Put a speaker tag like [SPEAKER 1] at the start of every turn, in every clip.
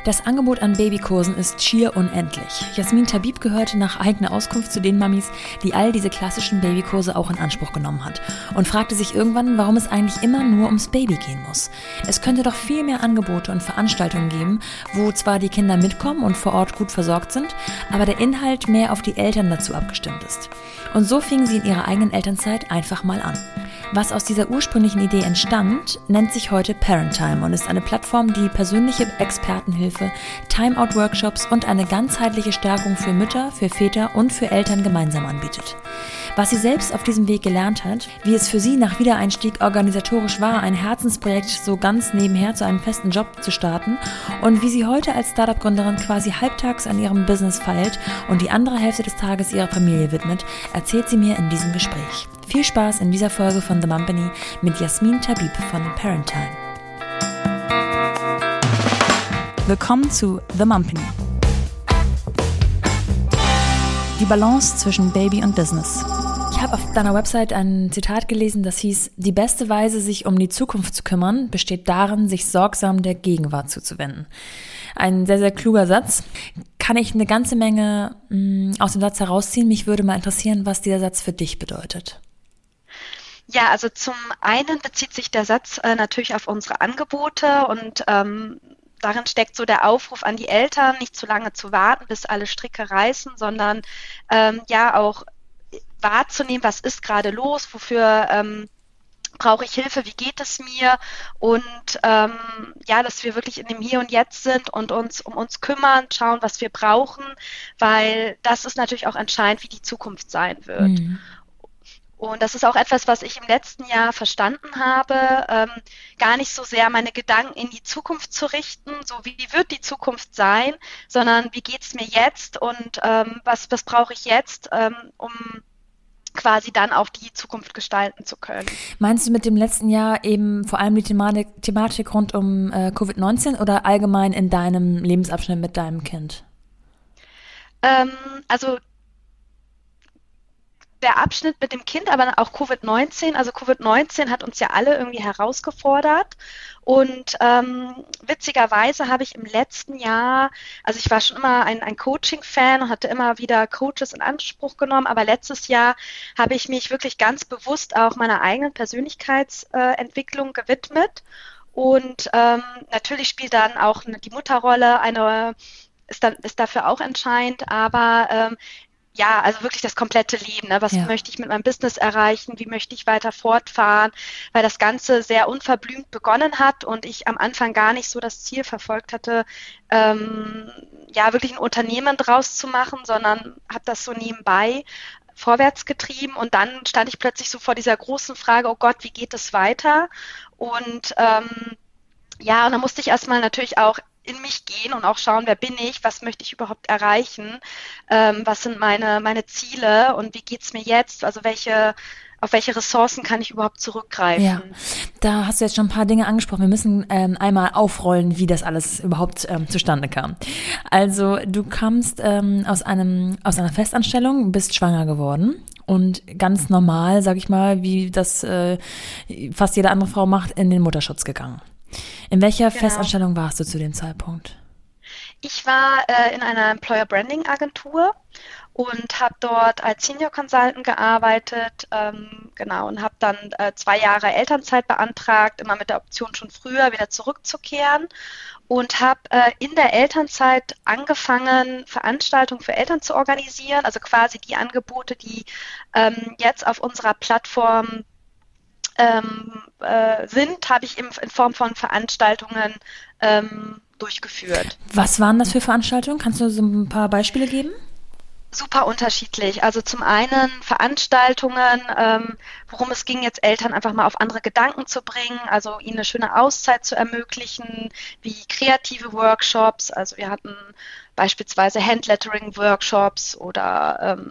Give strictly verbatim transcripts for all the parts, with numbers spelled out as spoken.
[SPEAKER 1] Das Angebot an Babykursen ist schier unendlich. Jasmin Tabib gehörte nach eigener Auskunft zu den Mamis, die all diese klassischen Babykurse auch in Anspruch genommen hat und fragte sich irgendwann, warum es eigentlich immer nur ums Baby gehen muss. Es könnte doch viel mehr Angebote und Veranstaltungen geben, wo zwar die Kinder mitkommen und vor Ort gut versorgt sind, aber der Inhalt mehr auf die Eltern dazu abgestimmt ist. Und so fingen sie in ihrer eigenen Elternzeit einfach mal an. Was aus dieser ursprünglichen Idee entstand, nennt sich heute Parent-Time und ist eine Plattform, die persönliche Expertenhilfe, Time-Out-Workshops und eine ganzheitliche Stärkung für Mütter, für Väter und für Eltern gemeinsam anbietet. Was sie selbst auf diesem Weg gelernt hat, wie es für sie nach Wiedereinstieg organisatorisch war, ein Herzensprojekt so ganz nebenher zu einem festen Job zu starten und wie sie heute als Startup-Gründerin quasi halbtags an ihrem Business feilt und die andere Hälfte des Tages ihrer Familie widmet, erzählt sie mir in diesem Gespräch. Viel Spaß in dieser Folge von The Mumpany mit Jasmin Tabib von Parent-Time. Willkommen zu The Mumpany. Die Balance zwischen Baby und Business. Ich habe auf deiner Website ein Zitat gelesen, das hieß: Die beste Weise, sich um die Zukunft zu kümmern, besteht darin, sich sorgsam der Gegenwart zuzuwenden. Ein sehr, sehr kluger Satz. Kann ich eine ganze Menge mh, aus dem Satz herausziehen? Mich würde mal interessieren, was dieser Satz für dich bedeutet.
[SPEAKER 2] Ja, also zum einen bezieht sich der Satz äh, natürlich auf unsere Angebote und ähm, darin steckt so der Aufruf an die Eltern, nicht zu lange zu warten, bis alle Stricke reißen, sondern ähm, ja auch wahrzunehmen, was ist gerade los, wofür ähm, brauche ich Hilfe, wie geht es mir und ähm, ja, dass wir wirklich in dem Hier und Jetzt sind und uns um uns kümmern, schauen, was wir brauchen, weil das ist natürlich auch entscheidend, wie die Zukunft sein wird. Mhm. Und das ist auch etwas, was ich im letzten Jahr verstanden habe, ähm, gar nicht so sehr meine Gedanken in die Zukunft zu richten, so wie wird die Zukunft sein, sondern wie geht's mir jetzt und ähm, was, was brauche ich jetzt, ähm, um quasi dann auch die Zukunft gestalten zu können.
[SPEAKER 1] Meinst du mit dem letzten Jahr eben vor allem die Thematik, Thematik rund um äh, Covid neunzehn oder allgemein in deinem Lebensabschnitt mit deinem Kind?
[SPEAKER 2] Ähm, also der Abschnitt mit dem Kind, aber auch Covid neunzehn. Also Covid neunzehn hat uns ja alle irgendwie herausgefordert und ähm, witzigerweise habe ich im letzten Jahr, also ich war schon immer ein, ein Coaching-Fan und hatte immer wieder Coaches in Anspruch genommen, aber letztes Jahr habe ich mich wirklich ganz bewusst auch meiner eigenen Persönlichkeitsentwicklung äh, gewidmet und ähm, natürlich spielt dann auch die Mutterrolle eine, ist, dann, ist dafür auch entscheidend, aber ähm, ja, also wirklich das komplette Leben. Ne? Was ja. möchte ich mit meinem Business erreichen? Wie möchte ich weiter fortfahren? Weil das Ganze sehr unverblümt begonnen hat und ich am Anfang gar nicht so das Ziel verfolgt hatte, ähm, ja, wirklich ein Unternehmen draus zu machen, sondern habe das so nebenbei vorwärts getrieben und dann stand ich plötzlich so vor dieser großen Frage, oh Gott, wie geht es weiter? Und ähm, ja, und dann musste ich erstmal natürlich auch in mich gehen und auch schauen, wer bin ich, was möchte ich überhaupt erreichen, ähm, was sind meine, meine Ziele und wie geht's mir jetzt, also welche, auf welche Ressourcen kann ich überhaupt zurückgreifen.
[SPEAKER 1] Ja, da hast du jetzt schon ein paar Dinge angesprochen. Wir müssen ähm, einmal aufrollen, wie das alles überhaupt ähm, zustande kam. Also du kamst ähm, aus einem aus einer Festanstellung, bist schwanger geworden und ganz normal, sag ich mal, wie das äh, fast jede andere Frau macht, in den Mutterschutz gegangen. In welcher genau. Festanstellung warst du zu dem Zeitpunkt?
[SPEAKER 2] Ich war äh, in einer Employer Branding Agentur und habe dort als Senior Consultant gearbeitet, ähm, genau, und habe dann äh, zwei Jahre Elternzeit beantragt, immer mit der Option schon früher wieder zurückzukehren und habe äh, in der Elternzeit angefangen, Veranstaltungen für Eltern zu organisieren, also quasi die Angebote, die ähm, jetzt auf unserer Plattform Ähm, äh, sind, habe ich im, in Form von Veranstaltungen ähm, durchgeführt.
[SPEAKER 1] Was waren das für Veranstaltungen? Kannst du so ein paar Beispiele geben?
[SPEAKER 2] Super unterschiedlich. Also zum einen Veranstaltungen, ähm, worum es ging, jetzt Eltern einfach mal auf andere Gedanken zu bringen, also ihnen eine schöne Auszeit zu ermöglichen, wie kreative Workshops. Also wir hatten beispielsweise Handlettering-Workshops oder ähm,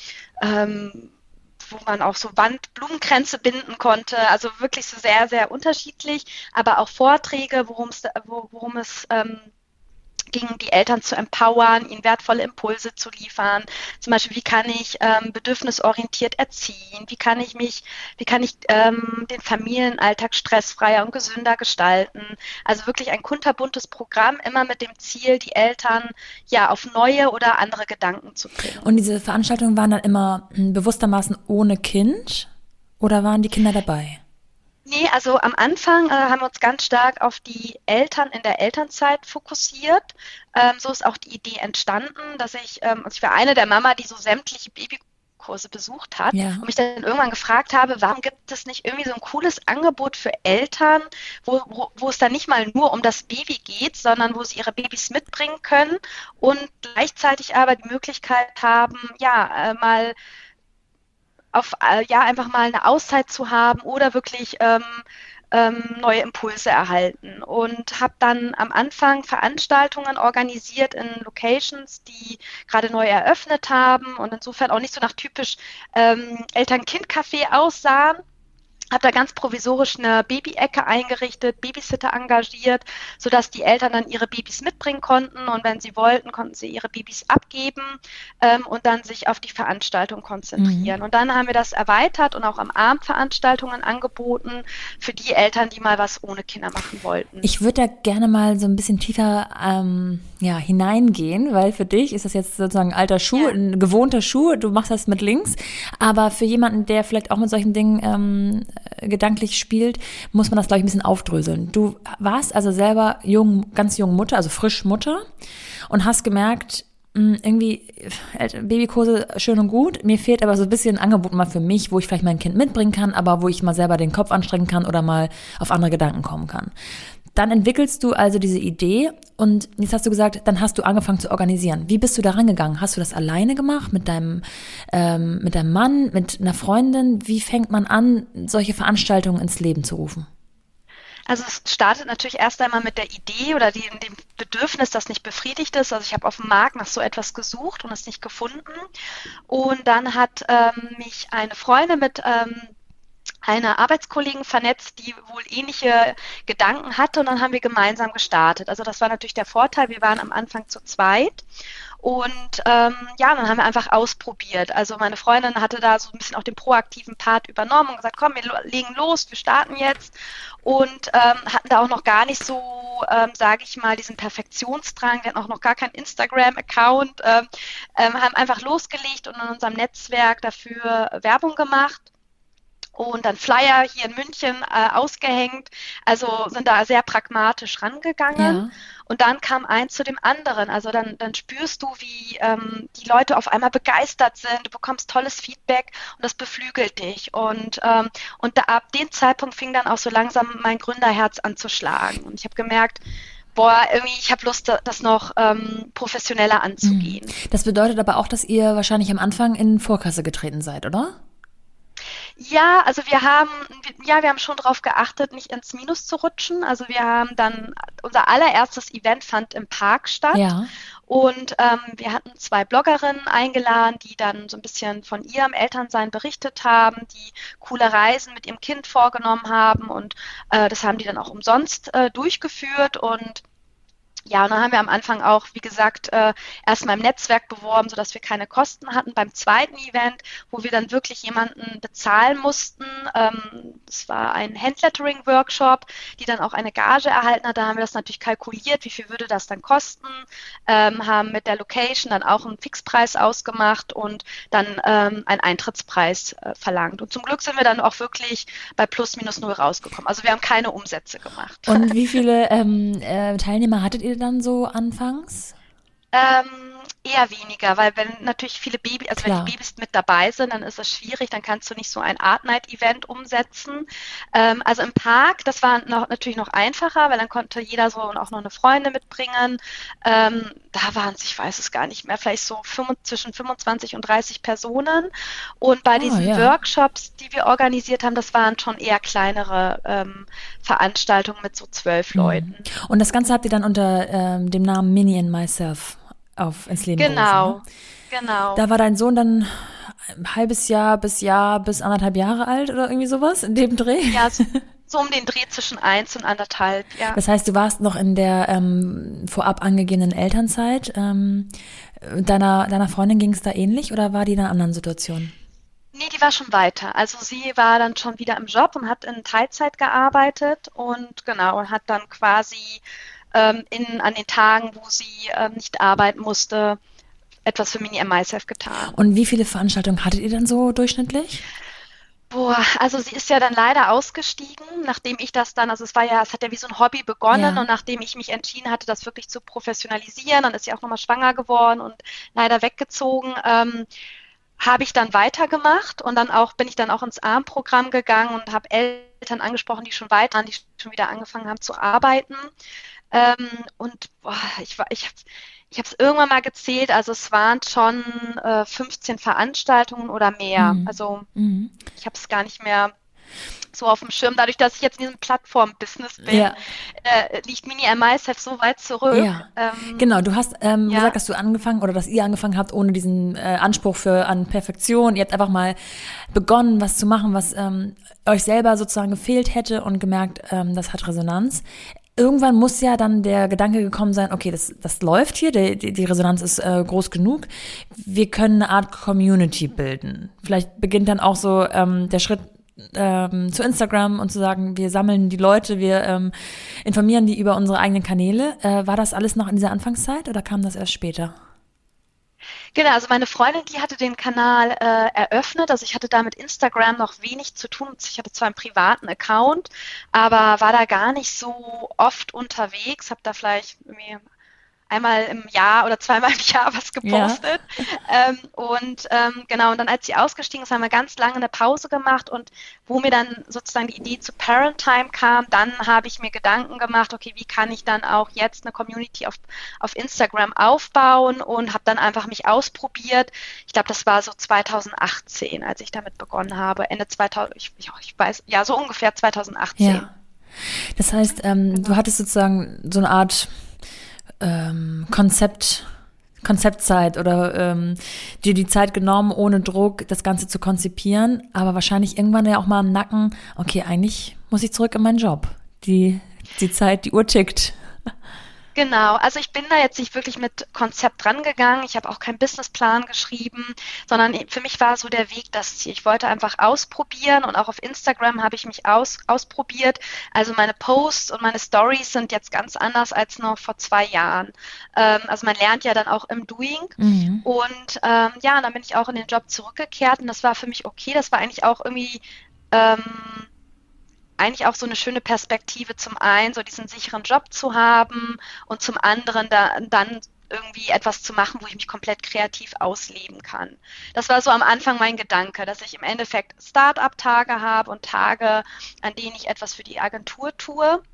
[SPEAKER 2] ähm, wo man auch so Wandblumenkränze binden konnte, also wirklich so sehr, sehr unterschiedlich, aber auch Vorträge, worum es, worum es ähm, ging, die Eltern zu empowern, ihnen wertvolle Impulse zu liefern. Zum Beispiel, wie kann ich ähm, bedürfnisorientiert erziehen? Wie kann ich mich, wie kann ich ähm, den Familienalltag stressfreier und gesünder gestalten? Also wirklich ein kunterbuntes Programm, immer mit dem Ziel, die Eltern ja auf neue oder andere Gedanken zu bringen.
[SPEAKER 1] Und diese Veranstaltungen waren dann immer bewusstermaßen ohne Kind oder waren die Kinder dabei?
[SPEAKER 2] Nee, also am Anfang äh, haben wir uns ganz stark auf die Eltern in der Elternzeit fokussiert. Ähm, so ist auch die Idee entstanden, dass ich, ähm, also ich war eine der Mama, die so sämtliche Babykurse besucht hat,
[SPEAKER 1] Ja.
[SPEAKER 2] und mich dann irgendwann gefragt habe, warum gibt es nicht irgendwie so ein cooles Angebot für Eltern, wo, wo, wo es dann nicht mal nur um das Baby geht, sondern wo sie ihre Babys mitbringen können und gleichzeitig aber die Möglichkeit haben, ja, äh, mal auf, äh, ja, einfach mal eine Auszeit zu haben oder wirklich ähm, ähm, neue Impulse erhalten. Und habe dann am Anfang Veranstaltungen organisiert in Locations, die gerade neu eröffnet haben und insofern auch nicht so nach typisch ähm, Eltern-Kind-Café aussahen. Habe da ganz provisorisch eine Baby-Ecke eingerichtet, Babysitter engagiert, sodass die Eltern dann ihre Babys mitbringen konnten und wenn sie wollten, konnten sie ihre Babys abgeben ähm, und dann sich auf die Veranstaltung konzentrieren. Mhm. Und dann haben wir das erweitert und auch am Abend Veranstaltungen angeboten für die Eltern, die mal was ohne Kinder machen wollten.
[SPEAKER 1] Ich würde da gerne mal so ein bisschen tiefer ähm, ja, hineingehen, weil für dich ist das jetzt sozusagen ein alter Schuh, ja. ein gewohnter Schuh, du machst das mit links, aber für jemanden, der vielleicht auch mit solchen Dingen ähm, gedanklich spielt, muss man das, glaube ich, ein bisschen aufdröseln. Du warst also selber jung, ganz jung Mutter, also frisch Mutter und hast gemerkt, mh, irgendwie Babykurse schön und gut, mir fehlt aber so ein bisschen ein Angebot mal für mich, wo ich vielleicht mein Kind mitbringen kann, aber wo ich mal selber den Kopf anstrengen kann oder mal auf andere Gedanken kommen kann. Dann entwickelst du also diese Idee und jetzt hast du gesagt, dann hast du angefangen zu organisieren. Wie bist du da rangegangen? Hast du das alleine gemacht, mit deinem, ähm, mit deinem Mann, mit einer Freundin? Wie fängt man an, solche Veranstaltungen ins Leben zu rufen?
[SPEAKER 2] Also es startet natürlich erst einmal mit der Idee oder die, dem Bedürfnis, das nicht befriedigt ist. Also ich habe auf dem Markt nach so etwas gesucht und es nicht gefunden. Und dann hat ähm, mich eine Freundin mit ähm, eine Arbeitskollegin vernetzt, die wohl ähnliche Gedanken hatte und dann haben wir gemeinsam gestartet. Also das war natürlich der Vorteil, wir waren am Anfang zu zweit und ähm, ja, dann haben wir einfach ausprobiert. Also meine Freundin hatte da so ein bisschen auch den proaktiven Part übernommen und gesagt, komm, wir legen los, wir starten jetzt und ähm, hatten da auch noch gar nicht so, ähm, sage ich mal, diesen Perfektionsdrang, wir hatten auch noch gar keinen Instagram-Account, ähm, ähm, haben einfach losgelegt und in unserem Netzwerk dafür Werbung gemacht. Und dann Flyer hier in München äh, ausgehängt, also sind da sehr pragmatisch rangegangen. Ja. Und dann kam eins zu dem anderen. Also dann, dann spürst du, wie ähm, die Leute auf einmal begeistert sind, du bekommst tolles Feedback und das beflügelt dich. Und, ähm, und da, ab dem Zeitpunkt fing dann auch so langsam mein Gründerherz an zu schlagen. Und ich habe gemerkt, boah, irgendwie, ich habe Lust, das noch ähm, professioneller anzugehen.
[SPEAKER 1] Das bedeutet aber auch, dass ihr wahrscheinlich am Anfang in Vorkasse getreten seid, oder?
[SPEAKER 2] Ja, also wir haben, ja, wir haben schon darauf geachtet, nicht ins Minus zu rutschen. Also wir haben dann, unser allererstes Event fand im Park statt. Ja. Und ähm, wir hatten zwei Bloggerinnen eingeladen, die dann so ein bisschen von ihrem Elternsein berichtet haben, die coole Reisen mit ihrem Kind vorgenommen haben und äh, das haben die dann auch umsonst äh, durchgeführt und ja, und dann haben wir am Anfang auch, wie gesagt, äh, erstmal im Netzwerk beworben, sodass wir keine Kosten hatten. Beim zweiten Event, wo wir dann wirklich jemanden bezahlen mussten, ähm, das war ein Handlettering-Workshop, die dann auch eine Gage erhalten hat. Da haben wir das natürlich kalkuliert, wie viel würde das dann kosten, ähm, haben mit der Location dann auch einen Fixpreis ausgemacht und dann ähm, einen Eintrittspreis äh, verlangt. Und zum Glück sind wir dann auch wirklich bei plus minus null rausgekommen. Also wir haben keine Umsätze gemacht.
[SPEAKER 1] Und wie viele ähm, äh, Teilnehmer hattet ihr dann so anfangs?
[SPEAKER 2] Ähm, eher weniger, weil wenn natürlich viele Babys, also Klar. wenn die Babys mit dabei sind, dann ist es schwierig, dann kannst du nicht so ein Art-Night-Event umsetzen. Ähm, also im Park, das war noch, natürlich noch einfacher, weil dann konnte jeder so und auch noch eine Freundin mitbringen. Ähm, da waren es, ich weiß es gar nicht mehr, vielleicht so fünf, zwischen fünfundzwanzig und dreißig Personen. Und bei oh, diesen ja. Workshops, die wir organisiert haben, das waren schon eher kleinere ähm, Veranstaltungen mit so zwölf mhm. Leuten.
[SPEAKER 1] Und das Ganze habt ihr dann unter ähm, dem Namen Minnie and Myself auf ins Leben
[SPEAKER 2] Genau,
[SPEAKER 1] gerufen,
[SPEAKER 2] ne? genau.
[SPEAKER 1] Da war dein Sohn dann ein halbes Jahr bis Jahr bis anderthalb Jahre alt oder irgendwie sowas in dem Dreh?
[SPEAKER 2] Ja, so, so um den Dreh zwischen eins und anderthalb, ja.
[SPEAKER 1] Das heißt, du warst noch in der ähm, vorab angegebenen Elternzeit. Ähm, deiner, deiner Freundin ging es da ähnlich oder war die in einer anderen Situation?
[SPEAKER 2] Nee, die war schon weiter. Also sie war dann schon wieder im Job und hat in Teilzeit gearbeitet und genau, und hat dann quasi ähm, in, an den Tagen, wo sie ähm, nicht arbeiten musste, etwas für Mini M I S F getan.
[SPEAKER 1] Und wie viele Veranstaltungen hattet ihr dann so durchschnittlich?
[SPEAKER 2] Boah, also sie ist ja dann leider ausgestiegen, nachdem ich das dann, also es war ja, es hat ja wie so ein Hobby begonnen
[SPEAKER 1] Ja.
[SPEAKER 2] und nachdem ich mich entschieden hatte, das wirklich zu professionalisieren, dann ist sie auch nochmal schwanger geworden und leider weggezogen, ähm, habe ich dann weitergemacht und dann auch bin ich dann auch ins A R M-Programm gegangen und habe Eltern angesprochen, die schon weiter waren, die schon wieder angefangen haben zu arbeiten. Ähm, und boah, ich war, ich habe ich habe es irgendwann mal gezählt, also es waren schon äh, fünfzehn Veranstaltungen oder mehr.
[SPEAKER 1] Mhm.
[SPEAKER 2] Also
[SPEAKER 1] Mhm.
[SPEAKER 2] ich habe es gar nicht mehr so auf dem Schirm. Dadurch, dass ich jetzt in diesem Plattform-Business bin,
[SPEAKER 1] Ja.
[SPEAKER 2] äh, liegt Mini M I S F so weit zurück.
[SPEAKER 1] Ja,
[SPEAKER 2] Ähm,
[SPEAKER 1] genau. Du hast ähm,
[SPEAKER 2] ja.
[SPEAKER 1] gesagt, dass du angefangen oder dass ihr angefangen habt ohne diesen äh, Anspruch für an Perfektion. Ihr habt einfach mal begonnen, was zu machen, was ähm, euch selber sozusagen gefehlt hätte und gemerkt, ähm, das hat Resonanz. Irgendwann muss ja dann der Gedanke gekommen sein, okay, das, das läuft hier, die, die, die Resonanz ist äh, groß genug. Wir können eine Art Community bilden. Vielleicht beginnt dann auch so ähm, der Schritt ähm, zu Instagram und zu sagen, wir sammeln die Leute, wir ähm, informieren die über unsere eigenen Kanäle. Äh, war das alles noch in dieser Anfangszeit oder kam das erst später?
[SPEAKER 2] Genau, also meine Freundin, die hatte den Kanal äh, eröffnet. Also ich hatte da mit Instagram noch wenig zu tun. Ich hatte zwar einen privaten Account, aber war da gar nicht so oft unterwegs. Habe da vielleicht irgendwie einmal im Jahr oder zweimal im Jahr was gepostet. Ja. Ähm, und ähm, genau, und dann als sie ausgestiegen ist, haben wir ganz lange eine Pause gemacht und wo mir dann sozusagen die Idee zu Parent Time kam, dann habe ich mir Gedanken gemacht, okay, wie kann ich dann auch jetzt eine Community auf, auf Instagram aufbauen und habe dann einfach mich ausprobiert. Ich glaube, das war so zweitausendachtzehn, als ich damit begonnen habe. Ende zweitausend, ich, ich weiß, ja, so ungefähr zweitausendachtzehn.
[SPEAKER 1] Ja. Das heißt, ähm, genau. Du hattest sozusagen so eine Art Ähm, Konzept, Konzeptzeit oder ähm, dir die Zeit genommen, ohne Druck das Ganze zu konzipieren, aber wahrscheinlich irgendwann ja auch mal im Nacken, okay, eigentlich muss ich zurück in meinen Job. Die, die Zeit, die Uhr tickt.
[SPEAKER 2] Genau, also ich bin da jetzt nicht wirklich mit Konzept rangegangen, ich habe auch keinen Businessplan geschrieben, sondern für mich war so der Weg das Ziel. Ich wollte einfach ausprobieren und auch auf Instagram habe ich mich aus, ausprobiert. Also meine Posts und meine Stories sind jetzt ganz anders als noch vor zwei Jahren. Ähm, also man lernt ja dann auch im Doing mhm. und ähm, ja, dann bin ich auch in den Job zurückgekehrt und das war für mich okay, das war eigentlich auch irgendwie ähm, eigentlich auch so eine schöne Perspektive, zum einen so diesen sicheren Job zu haben und zum anderen da, dann irgendwie etwas zu machen, wo ich mich komplett kreativ ausleben kann. Das war so am Anfang mein Gedanke, dass ich im Endeffekt Start-up-Tage habe und Tage, an denen ich etwas für die Agentur tue.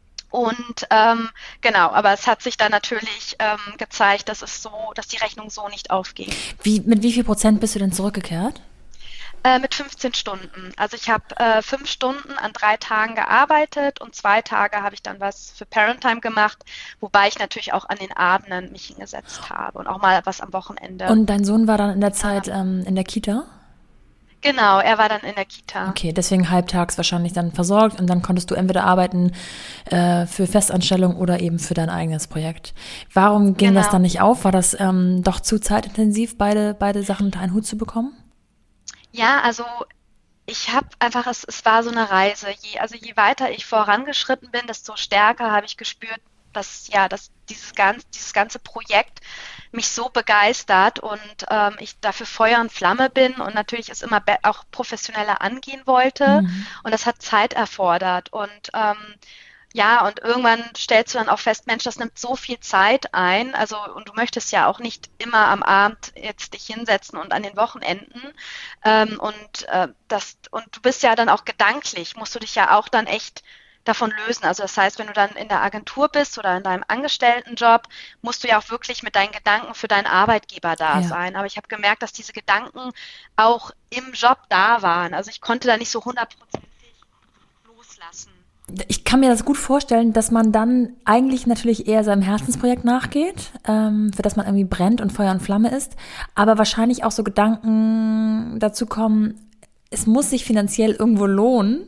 [SPEAKER 2] Und ähm, genau, aber es hat sich dann natürlich ähm, gezeigt, dass es so, dass die Rechnung so nicht aufging.
[SPEAKER 1] Wie, mit wie viel Prozent bist du denn zurückgekehrt?
[SPEAKER 2] Äh, mit fünfzehn Stunden. Also ich habe äh, fünf Stunden an drei Tagen gearbeitet und zwei Tage habe ich dann was für Parent Time gemacht, wobei ich natürlich auch an den Abenden mich hingesetzt habe und auch mal was am Wochenende.
[SPEAKER 1] Und dein Sohn war dann in der Zeit ähm, in der Kita?
[SPEAKER 2] Genau, er war dann in der Kita.
[SPEAKER 1] Okay, deswegen halbtags wahrscheinlich dann versorgt und dann konntest du entweder arbeiten äh, für Festanstellung oder eben für dein eigenes Projekt. Warum ging genau. das dann nicht auf? War das ähm, doch zu zeitintensiv, beide, beide Sachen unter einen Hut zu bekommen?
[SPEAKER 2] Ja, also ich habe einfach, es, es war so eine Reise. Je, also je weiter ich vorangeschritten bin, desto stärker habe ich gespürt, dass ja, dass dieses ganze, dieses ganze Projekt mich so begeistert und ähm, ich dafür Feuer und Flamme bin und natürlich es immer be- auch professioneller angehen wollte mhm. und das hat Zeit erfordert und ähm, ja, und irgendwann stellst du dann auch fest, Mensch, das nimmt so viel Zeit ein, also und du möchtest ja auch nicht immer am Abend jetzt dich hinsetzen und an den Wochenenden ähm, und äh, das und du bist ja dann auch gedanklich, musst du dich ja auch dann echt davon lösen. Also das heißt, wenn du dann in der Agentur bist oder in deinem Angestelltenjob, musst du ja auch wirklich mit deinen Gedanken für deinen Arbeitgeber da ja. sein. Aber ich habe gemerkt, dass diese Gedanken auch im Job da waren. Also ich konnte da nicht so hundertprozentig loslassen.
[SPEAKER 1] Ich kann mir das gut vorstellen, dass man dann eigentlich natürlich eher seinem Herzensprojekt nachgeht, ähm, für das man irgendwie brennt und Feuer und Flamme ist, aber wahrscheinlich auch so Gedanken dazu kommen, es muss sich finanziell irgendwo lohnen,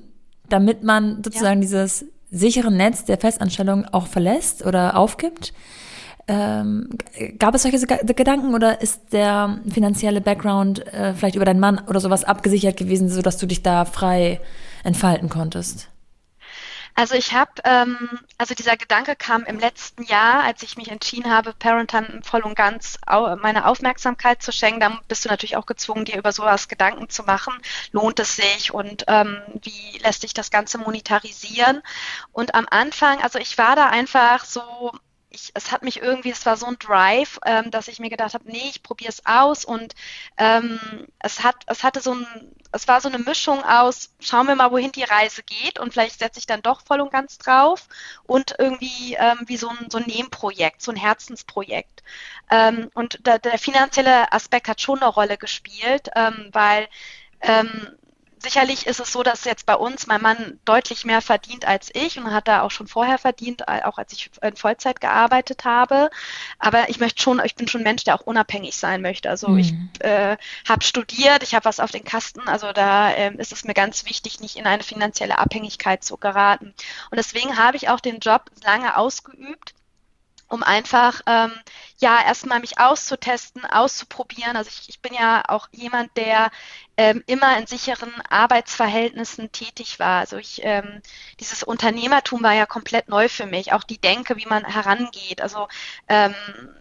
[SPEAKER 1] damit man sozusagen ja. dieses sichere Netz der Festanstellung auch verlässt oder aufgibt. Ähm, gab es solche Gedanken oder ist der finanzielle Background äh, vielleicht über deinen Mann oder sowas abgesichert gewesen, sodass du dich da frei entfalten konntest?
[SPEAKER 2] Also ich habe, ähm, also dieser Gedanke kam im letzten Jahr, als ich mich entschieden habe, Parentime voll und ganz au- meine Aufmerksamkeit zu schenken. Dann bist du natürlich auch gezwungen, dir über sowas Gedanken zu machen. Lohnt es sich und ähm, wie lässt sich das Ganze monetarisieren? Und am Anfang, also ich war da einfach so... Ich, es hat mich irgendwie, es war so ein Drive, ähm, dass ich mir gedacht habe, nee, ich probiere es aus und ähm, es hat, es hatte so ein, es war so eine Mischung aus, schauen wir mal, wohin die Reise geht und vielleicht setze ich dann doch voll und ganz drauf und irgendwie ähm, wie so ein, so ein Nebenprojekt, so ein Herzensprojekt. Ähm, und da, der finanzielle Aspekt hat schon eine Rolle gespielt, ähm, weil ähm, sicherlich ist es so, dass jetzt bei uns mein Mann deutlich mehr verdient als ich und hat da auch schon vorher verdient, auch als ich in Vollzeit gearbeitet habe. Aber ich möchte schon, ich bin schon ein Mensch, der auch unabhängig sein möchte. Also mhm. ich äh, habe studiert, ich habe was auf den Kasten. Also da äh, ist es mir ganz wichtig, nicht in eine finanzielle Abhängigkeit zu geraten. Und deswegen habe ich auch den Job lange ausgeübt, um einfach, ähm, ja, erstmal mich auszutesten, auszuprobieren. Also ich, ich bin ja auch jemand, der ähm, immer in sicheren Arbeitsverhältnissen tätig war. Also ich, ähm, dieses Unternehmertum war ja komplett neu für mich. Auch die Denke, wie man herangeht. Also ähm,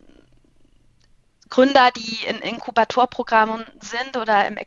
[SPEAKER 2] Gründer, die in Inkubatorprogrammen sind oder im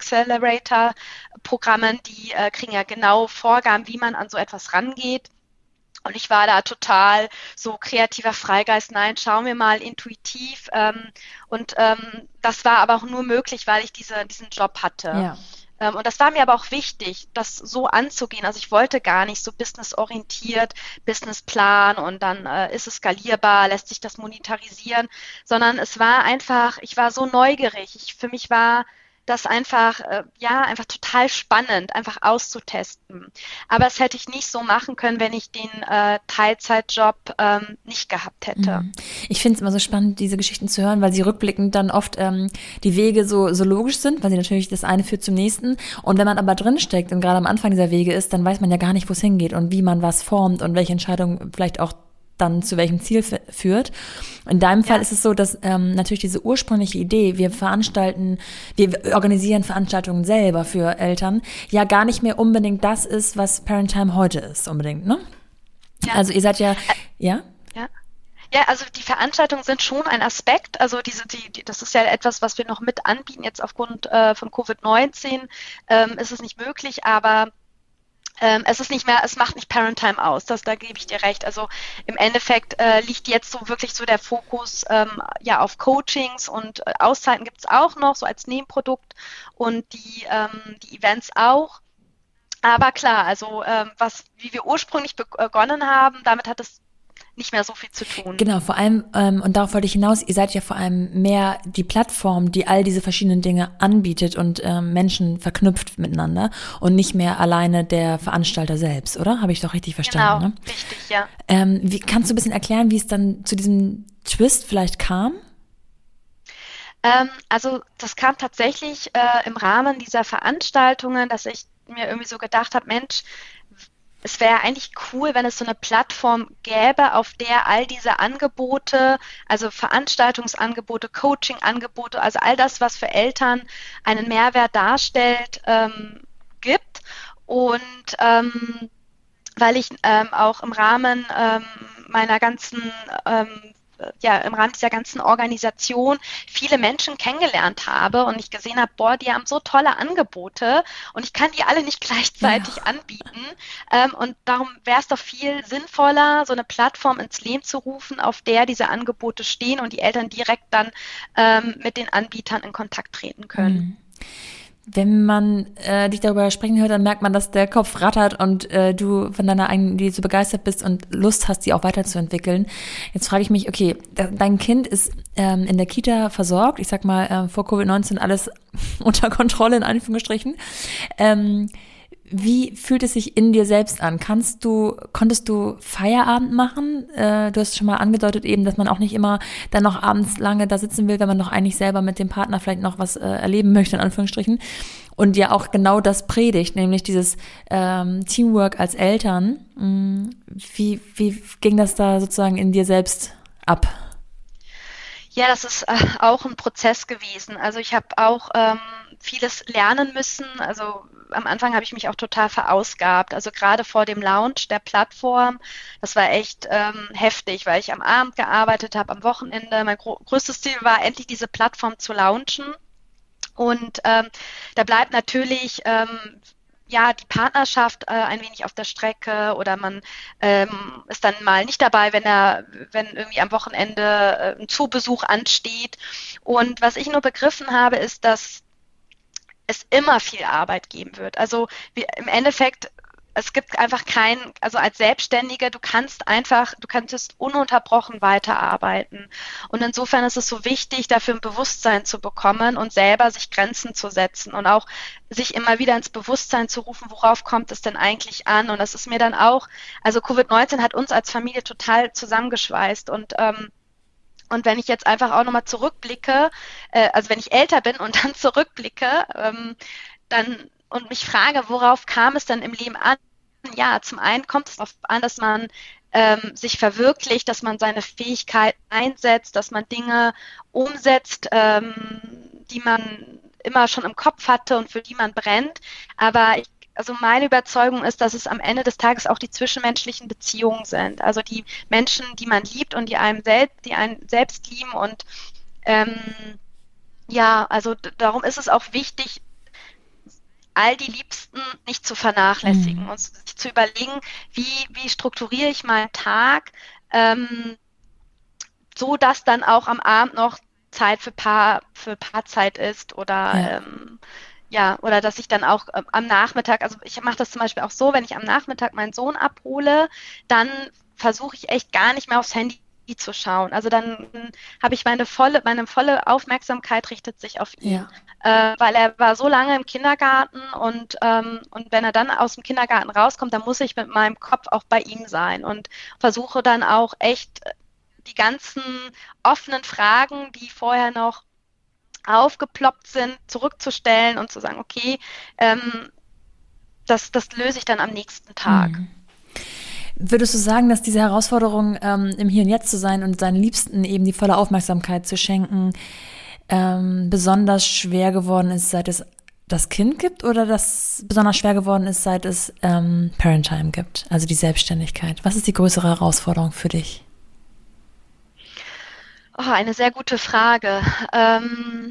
[SPEAKER 2] Accelerator-Programmen, die äh, kriegen ja genau Vorgaben, wie man an so etwas rangeht. Und ich war da total so kreativer Freigeist, nein, schauen wir mal intuitiv. Ähm, und ähm, das war aber auch nur möglich, weil ich diese, diesen Job hatte. Ja. Ähm, und das war mir aber auch wichtig, das so anzugehen. Also ich wollte gar nicht so businessorientiert, Businessplan und dann äh, ist es skalierbar, lässt sich das monetarisieren, sondern es war einfach, ich war so neugierig. Ich, für mich war das einfach, äh, ja, einfach total spannend, einfach auszutesten. Aber das hätte ich nicht so machen können, wenn ich den äh, Teilzeitjob ähm, nicht gehabt hätte.
[SPEAKER 1] Ich finde es immer so spannend, diese Geschichten zu hören, weil sie rückblickend dann oft ähm, die Wege so, so logisch sind, weil sie natürlich das eine führt zum nächsten. Und wenn man aber drinsteckt und gerade am Anfang dieser Wege ist, dann weiß man ja gar nicht, wo es hingeht und wie man was formt und welche Entscheidungen vielleicht auch dann zu welchem Ziel f- führt. In deinem Fall ja. ist es so, dass ähm, natürlich diese ursprüngliche Idee, wir veranstalten, wir organisieren Veranstaltungen selber für Eltern, ja gar nicht mehr unbedingt das ist, was Parentime heute ist, unbedingt, ne? Ja. Also ihr seid ja, ja?
[SPEAKER 2] Ja. Ja, also die Veranstaltungen sind schon ein Aspekt, also diese, die, die, das ist ja etwas, was wir noch mit anbieten, jetzt aufgrund äh, von Covid neunzehn ähm, ist es nicht möglich, aber Ähm, es ist nicht mehr, es macht nicht Parentime aus, das, da gebe ich dir recht. Also im Endeffekt äh, liegt jetzt so wirklich so der Fokus ähm, ja auf Coachings und äh, Auszeiten gibt es auch noch, so als Nebenprodukt und die, ähm, die Events auch. Aber klar, also ähm, was, wie wir ursprünglich begonnen haben, damit hat es nicht mehr so viel zu tun.
[SPEAKER 1] Genau, vor allem, ähm, und darauf wollte ich hinaus, ihr seid ja vor allem mehr die Plattform, die all diese verschiedenen Dinge anbietet und ähm, Menschen verknüpft miteinander und nicht mehr alleine der Veranstalter selbst, oder? Habe ich doch richtig verstanden,
[SPEAKER 2] genau,
[SPEAKER 1] ne?
[SPEAKER 2] Richtig, ja.
[SPEAKER 1] Ähm, wie, kannst du ein bisschen erklären, wie es dann zu diesem Twist vielleicht kam?
[SPEAKER 2] Ähm, also das kam tatsächlich äh, im Rahmen dieser Veranstaltungen, dass ich mir irgendwie so gedacht habe, Mensch, es wäre eigentlich cool, wenn es so eine Plattform gäbe, auf der all diese Angebote, also Veranstaltungsangebote, Coachingangebote, also all das, was für Eltern einen Mehrwert darstellt, ähm, gibt. Und ähm, weil ich ähm, auch im Rahmen ähm, meiner ganzen ähm, ja, im Rahmen dieser ganzen Organisation viele Menschen kennengelernt habe und ich gesehen habe, boah, die haben so tolle Angebote und ich kann die alle nicht gleichzeitig ja. anbieten. Ähm, und darum wäre es doch viel sinnvoller, so eine Plattform ins Leben zu rufen, auf der diese Angebote stehen und die Eltern direkt dann ähm, mit den Anbietern in Kontakt treten können.
[SPEAKER 1] Mhm. Wenn man äh, dich darüber sprechen hört, dann merkt man, dass der Kopf rattert und äh, du von deiner eigenen Idee so begeistert bist und Lust hast, die auch weiterzuentwickeln. Jetzt frage ich mich, okay, dein Kind ist ähm, in der Kita versorgt, ich sag mal, äh, vor Covid neunzehn alles unter Kontrolle in Anführungsstrichen. Ähm, Wie fühlt es sich in dir selbst an? Kannst du, konntest du Feierabend machen? Äh, du hast schon mal angedeutet eben, dass man auch nicht immer dann noch abends lange da sitzen will, wenn man doch eigentlich selber mit dem Partner vielleicht noch was äh, erleben möchte, in Anführungsstrichen. Und ja auch genau das predigt, nämlich dieses ähm, Teamwork als Eltern. Wie, wie ging das da sozusagen in dir selbst ab?
[SPEAKER 2] Ja, das ist äh, auch ein Prozess gewesen. Also ich habe auch ähm, vieles lernen müssen. Also am Anfang habe ich mich auch total verausgabt. Also gerade vor dem Launch der Plattform, das war echt ähm, heftig, weil ich am Abend gearbeitet habe, am Wochenende. Mein gro- größtes Ziel war, endlich diese Plattform zu launchen. Und ähm, da bleibt natürlich ähm, ja die Partnerschaft äh, ein wenig auf der Strecke oder man ähm, ist dann mal nicht dabei, wenn er, wenn irgendwie am Wochenende äh, ein Zoobesuch ansteht. Und was ich nur begriffen habe, ist, dass es immer viel Arbeit geben wird. Also wie, im Endeffekt, es gibt einfach kein, also als Selbstständiger, du kannst einfach, du kannst ununterbrochen weiterarbeiten. Und insofern ist es so wichtig, dafür ein Bewusstsein zu bekommen und selber sich Grenzen zu setzen und auch sich immer wieder ins Bewusstsein zu rufen, worauf kommt es denn eigentlich an? Und das ist mir dann auch, also Covid neunzehn hat uns als Familie total zusammengeschweißt und ähm, Und wenn ich jetzt einfach auch nochmal zurückblicke, äh, also wenn ich älter bin und dann zurückblicke, ähm, dann und mich frage, worauf kam es dann im Leben an? Ja, zum einen kommt es darauf an, dass man ähm, sich verwirklicht, dass man seine Fähigkeiten einsetzt, dass man Dinge umsetzt, ähm, die man immer schon im Kopf hatte und für die man brennt. Aber ich also meine Überzeugung ist, dass es am Ende des Tages auch die zwischenmenschlichen Beziehungen sind. Also die Menschen, die man liebt und die einem selbst, die einen selbst lieben. Und ähm, ja, also d- darum ist es auch wichtig, all die Liebsten nicht zu vernachlässigen
[SPEAKER 1] Mhm.
[SPEAKER 2] und sich zu überlegen, wie, wie strukturiere ich meinen Tag, ähm, so dass dann auch am Abend noch Zeit für Paar, für Paarzeit ist oder
[SPEAKER 1] Ja.
[SPEAKER 2] ähm, ja, oder dass ich dann auch ähm, am Nachmittag, also ich mache das zum Beispiel auch so, wenn ich am Nachmittag meinen Sohn abhole, dann versuche ich echt gar nicht mehr aufs Handy zu schauen. Also dann habe ich meine volle, meine volle Aufmerksamkeit richtet sich auf ihn,
[SPEAKER 1] Ja.
[SPEAKER 2] äh, weil er war so lange im Kindergarten und, ähm, und wenn er dann aus dem Kindergarten rauskommt, dann muss ich mit meinem Kopf auch bei ihm sein und versuche dann auch echt die ganzen offenen Fragen, die vorher noch aufgeploppt sind, zurückzustellen und zu sagen, okay, ähm, das, das löse ich dann am nächsten Tag.
[SPEAKER 1] Mhm. Würdest du sagen, dass diese Herausforderung, ähm, im Hier und Jetzt zu sein und seinen Liebsten eben die volle Aufmerksamkeit zu schenken, ähm, besonders schwer geworden ist, seit es das Kind gibt oder das besonders schwer geworden ist, seit es ähm, Parenttime gibt, also die Selbstständigkeit? Was ist die größere Herausforderung für dich?
[SPEAKER 2] Oh, eine sehr gute Frage. Ähm,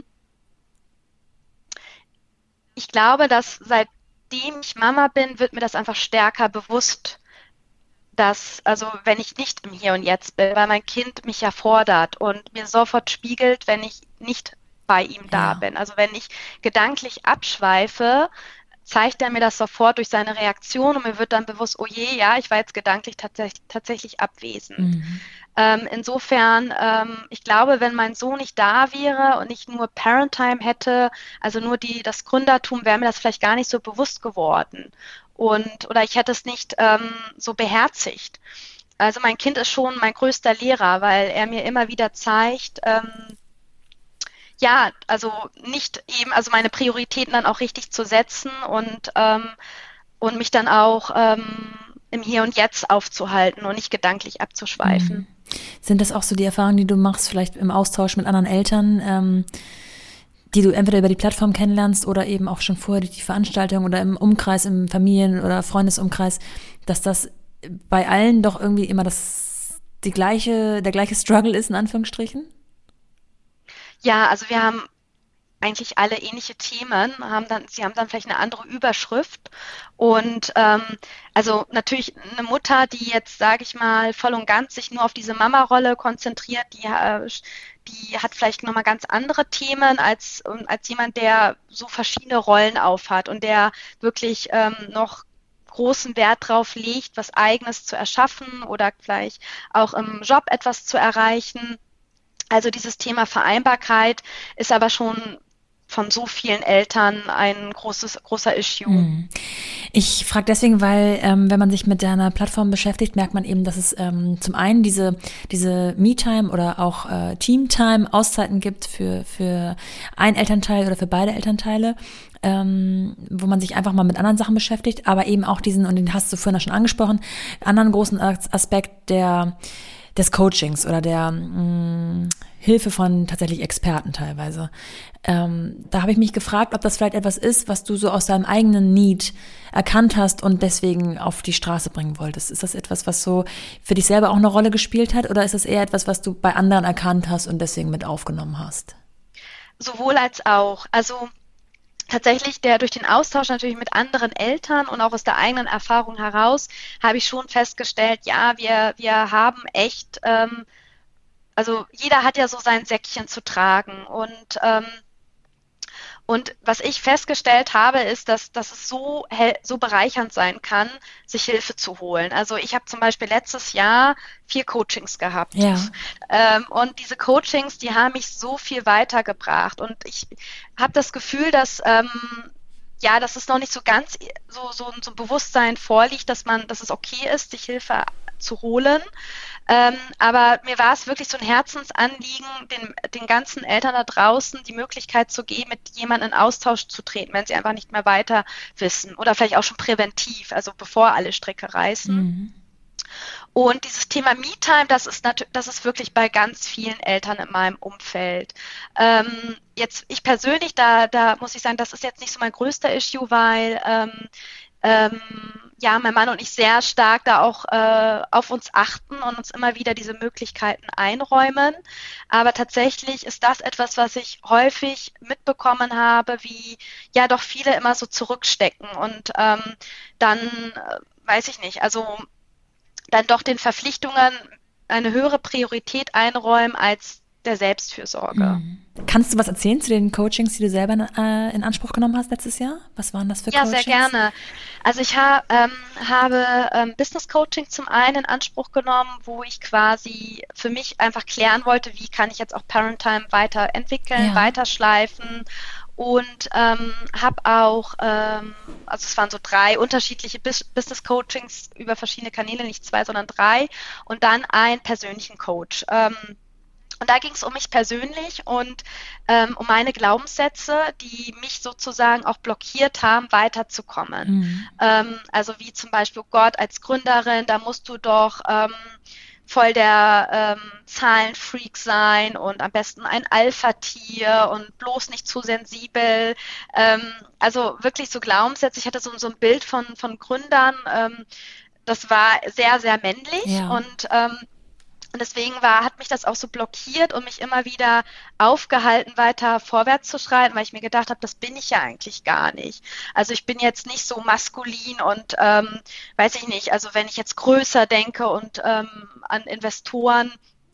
[SPEAKER 2] ich glaube, dass seitdem ich Mama bin, wird mir das einfach stärker bewusst, dass, also wenn ich nicht im Hier und Jetzt bin, weil mein Kind mich ja fordert und mir sofort spiegelt, wenn ich nicht bei ihm da
[SPEAKER 1] Ja.
[SPEAKER 2] bin. Also wenn ich gedanklich abschweife, zeigt er mir das sofort durch seine Reaktion und mir wird dann bewusst, oh je, ja, ich war jetzt gedanklich tatsächlich, tatsächlich abwesend.
[SPEAKER 1] Mhm.
[SPEAKER 2] Ähm, insofern, ähm, ich glaube, wenn mein Sohn nicht da wäre und ich nur Parenttime hätte, also nur die, das Gründertum, wäre mir das vielleicht gar nicht so bewusst geworden. Und, oder ich hätte es nicht ähm, so beherzigt. Also mein Kind ist schon mein größter Lehrer, weil er mir immer wieder zeigt, ähm, ja, also nicht eben, also meine Prioritäten dann auch richtig zu setzen und, ähm, und mich dann auch ähm, im Hier und Jetzt aufzuhalten und nicht gedanklich abzuschweifen.
[SPEAKER 1] Mhm. Sind das auch so die Erfahrungen, die du machst, vielleicht im Austausch mit anderen Eltern, ähm, die du entweder über die Plattform kennenlernst oder eben auch schon vorher durch die Veranstaltung oder im Umkreis, im Familien- oder Freundesumkreis, dass das bei allen doch irgendwie immer das, die gleiche, der gleiche Struggle ist, in Anführungsstrichen?
[SPEAKER 2] Ja, also wir haben eigentlich alle ähnliche Themen, haben dann, sie haben dann vielleicht eine andere Überschrift. Und ähm, also natürlich eine Mutter, die jetzt, sage ich mal, voll und ganz sich nur auf diese Mama-Rolle konzentriert, die, äh, die hat vielleicht nochmal ganz andere Themen als, als jemand, der so verschiedene Rollen aufhat und der wirklich ähm, noch großen Wert drauf legt, was Eigenes zu erschaffen oder vielleicht auch im Job etwas zu erreichen. Also dieses Thema Vereinbarkeit ist aber schon von so vielen Eltern ein großes, großer Issue.
[SPEAKER 1] Ich frage deswegen, weil ähm, wenn man sich mit deiner Plattform beschäftigt, merkt man eben, dass es ähm, zum einen diese diese Me-Time oder auch äh, Team-Time, Auszeiten gibt für für ein Elternteil oder für beide Elternteile, ähm, wo man sich einfach mal mit anderen Sachen beschäftigt, aber eben auch diesen, und den hast du vorhin auch schon angesprochen, anderen großen Aspekt der des Coachings oder der mh, Hilfe von tatsächlich Experten teilweise. Ähm, da habe ich mich gefragt, ob das vielleicht etwas ist, was du so aus deinem eigenen Need erkannt hast und deswegen auf die Straße bringen wolltest. Ist das etwas, was so für dich selber auch eine Rolle gespielt hat, oder ist das eher etwas, was du bei anderen erkannt hast und deswegen mit aufgenommen hast?
[SPEAKER 2] Sowohl als auch. Also tatsächlich, der durch den Austausch natürlich mit anderen Eltern und auch aus der eigenen Erfahrung heraus, habe ich schon festgestellt, ja, wir, wir haben echt, ähm, also jeder hat ja so sein Säckchen zu tragen und ähm, Und was ich festgestellt habe, ist, dass, dass es so, so bereichernd sein kann, sich Hilfe zu holen. Also ich habe zum Beispiel letztes Jahr vier Coachings gehabt.
[SPEAKER 1] Ja.
[SPEAKER 2] Ähm, und diese Coachings, die haben mich so viel weitergebracht. Und ich habe das Gefühl, dass ähm, ja, dass es noch nicht so ganz so, so, so ein Bewusstsein vorliegt, dass man, dass es okay ist, sich Hilfe zu holen. Ähm, aber mir war es wirklich so ein Herzensanliegen, den, den ganzen Eltern da draußen die Möglichkeit zu geben, mit jemandem in Austausch zu treten, wenn sie einfach nicht mehr weiter wissen oder vielleicht auch schon präventiv, also bevor alle Stricke reißen. Mhm. Und dieses Thema Me-Time, das ist natürlich, das ist wirklich bei ganz vielen Eltern in meinem Umfeld. Ähm, jetzt, ich persönlich, da, da muss ich sagen, das ist jetzt nicht so mein größter Issue, weil ähm, ähm, ja, mein Mann und ich sehr stark da auch äh, auf uns achten und uns immer wieder diese Möglichkeiten einräumen. Aber tatsächlich ist das etwas, was ich häufig mitbekommen habe, wie ja doch viele immer so zurückstecken und ähm, dann, äh, weiß ich nicht, also dann doch den Verpflichtungen eine höhere Priorität einräumen als der Selbstfürsorge.
[SPEAKER 1] Mhm. Kannst du was erzählen zu den Coachings, die du selber äh, in Anspruch genommen hast letztes Jahr? Was waren das für
[SPEAKER 2] ja,
[SPEAKER 1] Coachings?
[SPEAKER 2] Ja, sehr gerne. Also ich ha, ähm, habe ähm, Business Coaching zum einen in Anspruch genommen, wo ich quasi für mich einfach klären wollte, wie kann ich jetzt auch Parent Time weiterentwickeln, ja. weiterschleifen. Und ähm, habe auch, ähm, also es waren so drei unterschiedliche Business Coachings über verschiedene Kanäle, nicht zwei, sondern drei. Und dann einen persönlichen Coach. Ähm, Und da ging es um mich persönlich und ähm, um meine Glaubenssätze, die mich sozusagen auch blockiert haben, weiterzukommen. Mhm. Ähm, also wie zum Beispiel Gott als Gründerin, da musst du doch ähm, voll der ähm, Zahlenfreak sein und am besten ein Alpha-Tier und bloß nicht zu sensibel. Ähm, also wirklich so Glaubenssätze. Ich hatte so, so ein Bild von, von Gründern, ähm, das war sehr, sehr männlich ja. und ähm, Und deswegen war, hat mich das auch so blockiert und mich immer wieder aufgehalten, weiter vorwärts zu schreiten, weil ich mir gedacht habe, das bin ich ja eigentlich gar nicht. Also ich bin jetzt nicht so maskulin und ähm, weiß ich nicht, also wenn ich jetzt größer denke und ähm, an Investoren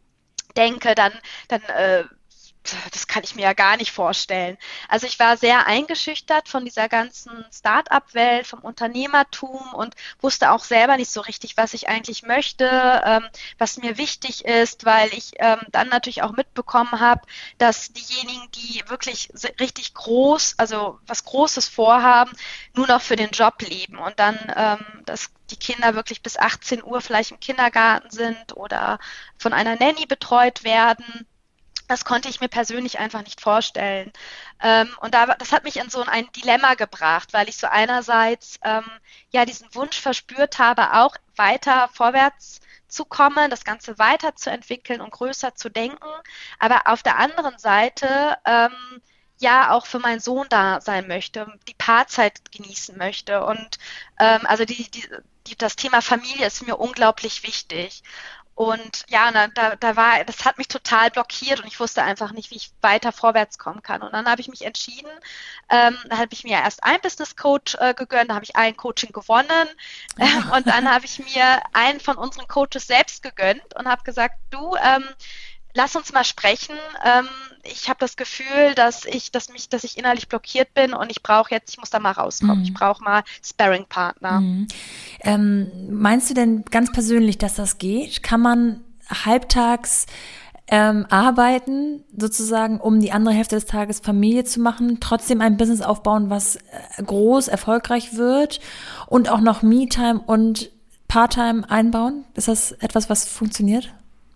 [SPEAKER 2] denke, dann, dann äh, das kann ich mir ja gar nicht vorstellen. Also ich war sehr eingeschüchtert von dieser ganzen Start-up-Welt, vom Unternehmertum und wusste auch selber nicht so richtig, was ich eigentlich möchte, ähm, was mir wichtig ist, weil ich ähm, dann natürlich auch mitbekommen habe, dass diejenigen, die wirklich richtig groß, also was Großes vorhaben, nur noch für den Job leben und dann, ähm, dass die Kinder wirklich bis achtzehn Uhr vielleicht im Kindergarten sind oder von einer Nanny betreut werden. Das konnte ich mir persönlich einfach nicht vorstellen. Ähm, und da, das hat mich in so ein Dilemma gebracht, weil ich so einerseits ähm, ja diesen Wunsch verspürt habe, auch weiter vorwärts zu kommen, das Ganze weiterzuentwickeln und größer zu denken, aber auf der anderen Seite ähm, ja auch für meinen Sohn da sein möchte, die Paarzeit genießen möchte. Und ähm, also die, die, die, das Thema Familie ist mir unglaublich wichtig. Und ja, na, da, da war, das hat mich total blockiert und ich wusste einfach nicht, wie ich weiter vorwärts kommen kann. Und dann habe ich mich entschieden, ähm, da habe ich mir erst einen Business Coach äh, gegönnt, da habe ich ein Coaching gewonnen ähm, und dann habe ich mir einen von unseren Coaches selbst gegönnt und habe gesagt, du, ähm, lass uns mal sprechen. Ähm, ich habe das Gefühl, dass ich, dass mich, dass ich innerlich blockiert bin und ich brauche jetzt, ich muss da mal rauskommen. Mhm. Ich brauche mal Sparring-Partner.
[SPEAKER 1] Mhm. Ähm, meinst du denn ganz persönlich, dass das geht? Kann man halbtags ähm, arbeiten, sozusagen, um die andere Hälfte des Tages Familie zu machen, trotzdem ein Business aufbauen, was äh, groß, erfolgreich wird und auch noch Me-Time und Part-Time einbauen? Ist das etwas, was funktioniert?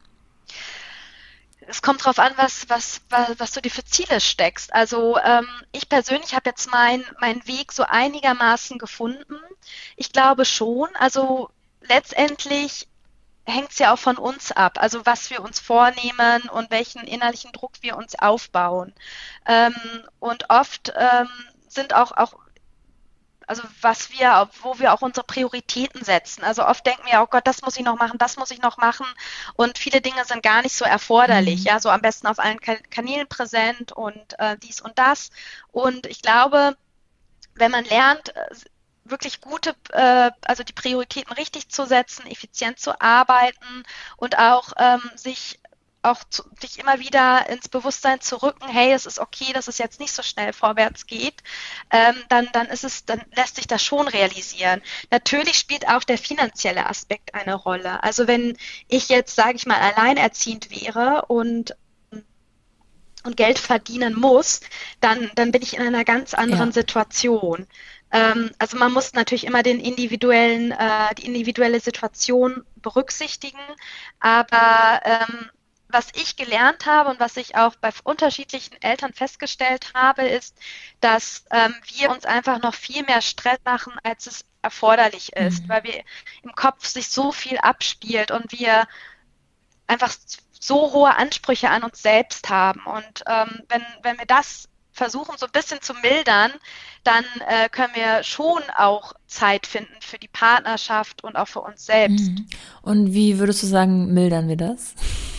[SPEAKER 2] Es kommt drauf an, was, was, was, was du dir für Ziele steckst. Also ähm, ich persönlich habe jetzt meinen mein Weg so einigermaßen gefunden. Ich glaube schon, also letztendlich hängt es ja auch von uns ab, also was wir uns vornehmen und welchen innerlichen Druck wir uns aufbauen. Ähm, und oft ähm, sind auch, auch also was wir, wo wir auch unsere Prioritäten setzen. Also oft denken wir, oh Gott, das muss ich noch machen, das muss ich noch machen. Und viele Dinge sind gar nicht so erforderlich.
[SPEAKER 1] Mhm.
[SPEAKER 2] Ja, so am besten auf allen Kanälen präsent und äh, dies und das. Und ich glaube, wenn man lernt, wirklich gute, äh, also die Prioritäten richtig zu setzen, effizient zu arbeiten und auch ähm, sich auch zu, sich immer wieder ins Bewusstsein zu rücken, hey, es ist okay, dass es jetzt nicht so schnell vorwärts geht, ähm, dann, dann ist es, dann lässt sich das schon realisieren. Natürlich spielt auch der finanzielle Aspekt eine Rolle. Also wenn ich jetzt, sage ich mal, alleinerziehend wäre und und Geld verdienen muss, dann, dann bin ich in einer ganz anderen
[SPEAKER 1] Ja.
[SPEAKER 2] Situation. Ähm, also man muss natürlich immer den individuellen, äh, die individuelle Situation berücksichtigen, aber ähm, was ich gelernt habe und was ich auch bei unterschiedlichen Eltern festgestellt habe, ist, dass ähm, wir uns einfach noch viel mehr Stress machen, als es erforderlich ist,
[SPEAKER 1] Mhm.
[SPEAKER 2] weil wir im Kopf sich so viel abspielt und wir einfach so hohe Ansprüche an uns selbst haben. Und ähm, wenn, wenn wir das versuchen, so ein bisschen zu mildern, dann äh, können wir schon auch Zeit finden für die Partnerschaft und auch für uns selbst.
[SPEAKER 1] Mhm. Und wie würdest du sagen, mildern wir das?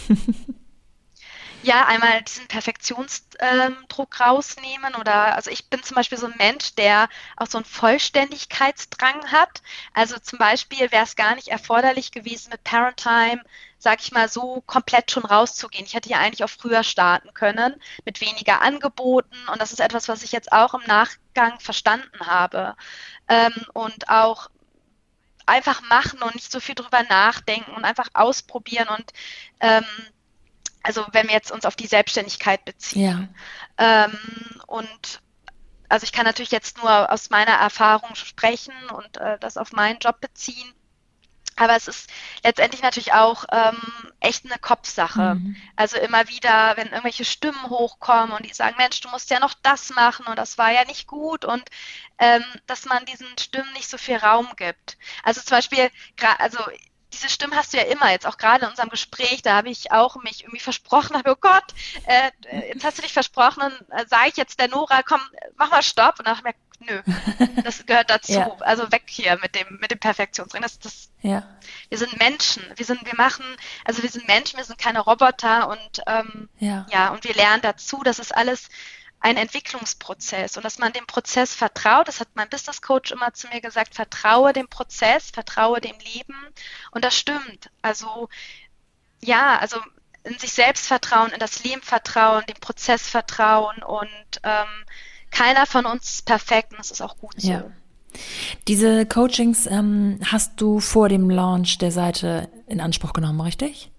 [SPEAKER 2] Ja, einmal diesen Perfektionsdruck ähm, rausnehmen oder, also ich bin zum Beispiel so ein Mensch, der auch so einen Vollständigkeitsdrang hat. Also zum Beispiel wäre es gar nicht erforderlich gewesen, mit Parent-Time, sag ich mal, so komplett schon rauszugehen. Ich hätte ja eigentlich auch früher starten können, mit weniger Angeboten, und das ist etwas, was ich jetzt auch im Nachgang verstanden habe. Ähm, und auch einfach machen und nicht so viel drüber nachdenken und einfach ausprobieren und ähm, also wenn wir jetzt uns auf die Selbstständigkeit beziehen. Ja. Ähm, und also ich kann natürlich jetzt nur aus meiner Erfahrung sprechen und äh, das auf meinen Job beziehen. Aber es ist letztendlich natürlich auch ähm, echt eine Kopfsache.
[SPEAKER 1] Mhm.
[SPEAKER 2] Also immer wieder, wenn irgendwelche Stimmen hochkommen und die sagen, Mensch, du musst ja noch das machen und das war ja nicht gut, und ähm, dass man diesen Stimmen nicht so viel Raum gibt. Also zum Beispiel, also diese Stimmen hast du ja immer, jetzt auch gerade in unserem Gespräch, da habe ich auch mich irgendwie versprochen, habe, oh Gott, äh, jetzt hast du dich versprochen, dann äh, sage ich jetzt der Nora, komm, mach mal Stopp, und dann dachte ich mir, nö, das gehört dazu, ja. Also weg hier mit dem, mit dem Perfektionsring, das, das, ja. Wir sind Menschen, wir sind, wir machen, also wir sind Menschen, wir sind keine Roboter, und ähm, ja. ja, und wir lernen dazu, das ist alles ein Entwicklungsprozess, und dass man dem Prozess vertraut. Das hat mein Business Coach immer zu mir gesagt: Vertraue dem Prozess, vertraue dem Leben, und das stimmt. Also ja, also in sich selbst vertrauen, in das Leben vertrauen, dem Prozess vertrauen, und ähm, keiner von uns ist perfekt, und das ist auch gut so.
[SPEAKER 1] Ja. Diese Coachings ähm, hast du vor dem Launch der Seite in Anspruch genommen, richtig?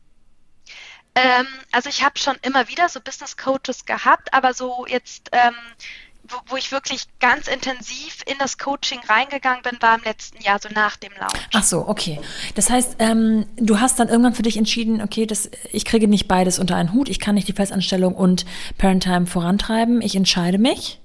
[SPEAKER 2] Ähm, also ich habe schon immer wieder so Business Coaches gehabt, aber so jetzt, ähm, wo, wo ich wirklich ganz intensiv in das Coaching reingegangen bin, war im letzten Jahr, so nach dem Launch.
[SPEAKER 1] Ach so, okay. Das heißt, ähm, du hast dann irgendwann für dich entschieden, okay, das, ich kriege nicht beides unter einen Hut, ich kann nicht die Festanstellung und Parent-Time vorantreiben, ich entscheide mich?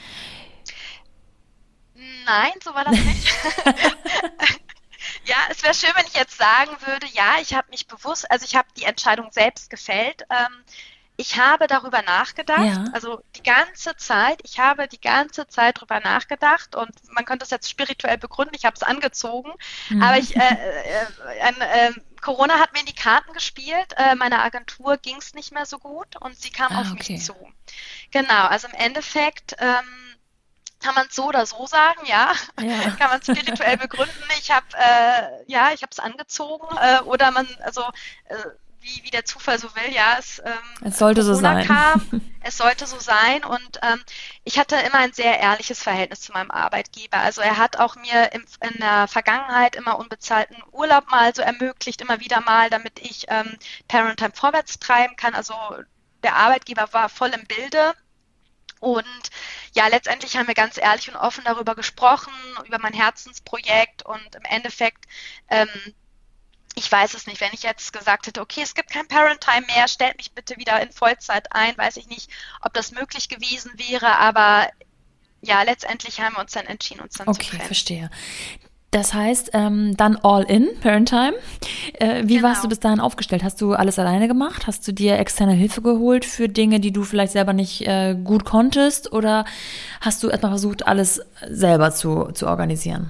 [SPEAKER 2] Nein, so war das nicht. Ja, es wäre schön, wenn ich jetzt sagen würde, ja, ich habe mich bewusst, also ich habe die Entscheidung selbst gefällt. Ähm, ich habe darüber nachgedacht, ja. Also die ganze Zeit, ich habe die ganze Zeit darüber nachgedacht, und man könnte es jetzt spirituell begründen, ich habe es angezogen, mhm. aber ich, äh, äh, äh, Corona hat mir in die Karten gespielt, äh, meiner Agentur ging es nicht mehr so gut, und sie kam ah, auf okay. mich zu. Genau, also im Endeffekt ähm, kann man es so oder so sagen, ja, ja. Kann man spirituell begründen. Ich habe äh, ja, ich habe es angezogen, äh, oder man, also äh, wie, wie der Zufall so will, ja, es, ähm,
[SPEAKER 1] Es sollte so
[SPEAKER 2] Corona
[SPEAKER 1] sein.
[SPEAKER 2] kam, es sollte so sein und ähm, ich hatte immer ein sehr ehrliches Verhältnis zu meinem Arbeitgeber. Also er hat auch mir im, in der Vergangenheit immer unbezahlten Urlaub mal so ermöglicht, immer wieder mal, damit ich ähm, Parenttime vorwärts treiben kann. Also der Arbeitgeber war voll im Bilde. Und ja, letztendlich haben wir ganz ehrlich und offen darüber gesprochen, über mein Herzensprojekt und im Endeffekt, ähm, ich weiß es nicht, wenn ich jetzt gesagt hätte, okay, es gibt kein Parent-Time mehr, stellt mich bitte wieder in Vollzeit ein, weiß ich nicht, ob das möglich gewesen wäre, aber ja, letztendlich haben wir uns dann entschieden, uns dann zu
[SPEAKER 1] Okay,
[SPEAKER 2] trennen.
[SPEAKER 1] verstehe. Das heißt, ähm, dann all in, Parent Time. Äh, wie warst du
[SPEAKER 2] Genau.
[SPEAKER 1] bis dahin aufgestellt? Hast du alles alleine gemacht? Hast du dir externe Hilfe geholt für Dinge, die du vielleicht selber nicht äh, gut konntest? Oder hast du erstmal versucht, alles selber zu, zu organisieren?